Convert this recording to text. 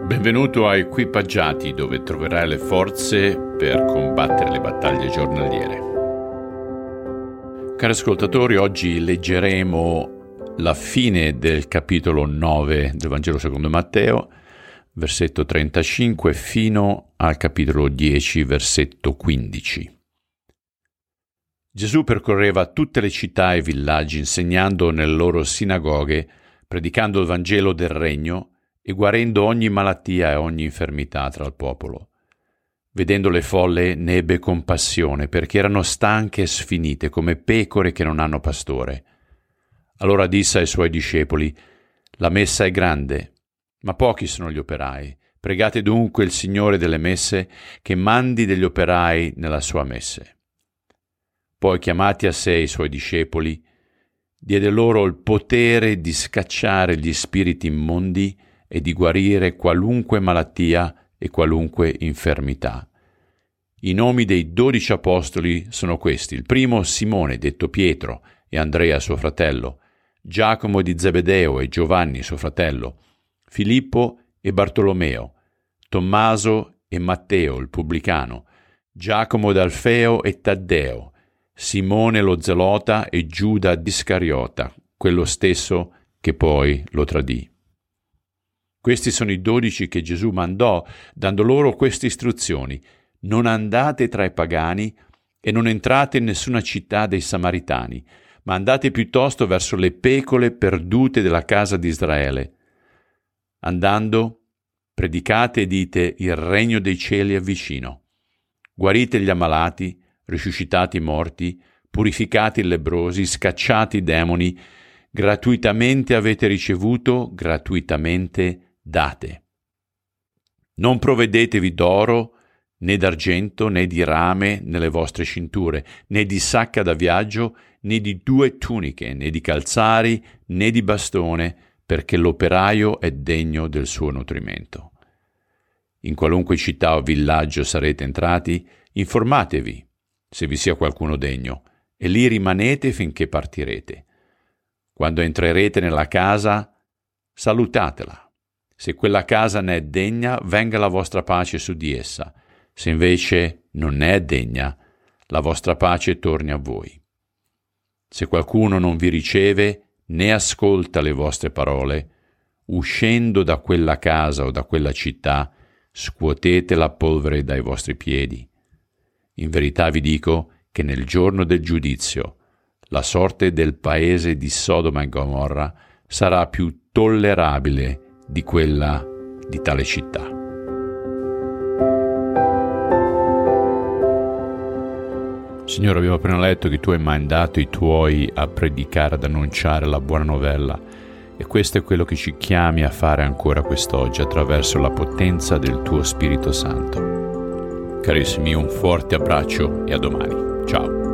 Benvenuto a Equipaggiati, dove troverai le forze per combattere le battaglie giornaliere. Cari ascoltatori, oggi leggeremo la fine del capitolo 9 del Vangelo secondo Matteo, versetto 35, fino al capitolo 10, versetto 15. Gesù percorreva tutte le città e villaggi, insegnando nelle loro sinagoghe, predicando il Vangelo del Regno e guarendo ogni malattia e ogni infermità tra il popolo. Vedendo le folle ne ebbe compassione, perché erano stanche e sfinite, come pecore che non hanno pastore. Allora disse ai suoi discepoli: «La messa è grande, ma pochi sono gli operai. Pregate dunque il Signore delle messe che mandi degli operai nella sua messe». Poi, chiamati a sé i suoi discepoli, diede loro il potere di scacciare gli spiriti immondi e di guarire qualunque malattia e qualunque infermità. I nomi dei 12 apostoli sono questi: il primo Simone, detto Pietro, e Andrea suo fratello, Giacomo di Zebedeo e Giovanni suo fratello, Filippo e Bartolomeo, Tommaso e Matteo il pubblicano, Giacomo d'Alfeo e Taddeo, Simone lo zelota e Giuda d'Iscariota, quello stesso che poi lo tradì. Questi sono i 12 che Gesù mandò, dando loro queste istruzioni: non andate tra i pagani e non entrate in nessuna città dei Samaritani, ma andate piuttosto verso le pecore perdute della casa di Israele. Andando, predicate e dite: il regno dei cieli è vicino. Guarite gli ammalati, risuscitate i morti, purificate i lebbrosi, scacciate i demoni. Gratuitamente avete ricevuto, gratuitamente date. Non provvedetevi d'oro, né d'argento, né di rame nelle vostre cinture, né di sacca da viaggio, né di 2 tuniche, né di calzari, né di bastone, perché l'operaio è degno del suo nutrimento. In qualunque città o villaggio sarete entrati, informatevi se vi sia qualcuno degno, e lì rimanete finché partirete. Quando entrerete nella casa, salutatela. Se quella casa ne è degna, venga la vostra pace su di essa. Se invece non ne è degna, la vostra pace torni a voi. Se qualcuno non vi riceve né ascolta le vostre parole, uscendo da quella casa o da quella città, scuotete la polvere dai vostri piedi. In verità vi dico che nel giorno del giudizio la sorte del paese di Sodoma e Gomorra sarà più tollerabile di quella di tale città. Signore, abbiamo appena letto che Tu hai mandato i Tuoi a predicare, ad annunciare la buona novella, e questo è quello che ci chiami a fare ancora quest'oggi attraverso la potenza del Tuo Spirito Santo. Carissimi, un forte abbraccio e a domani. Ciao.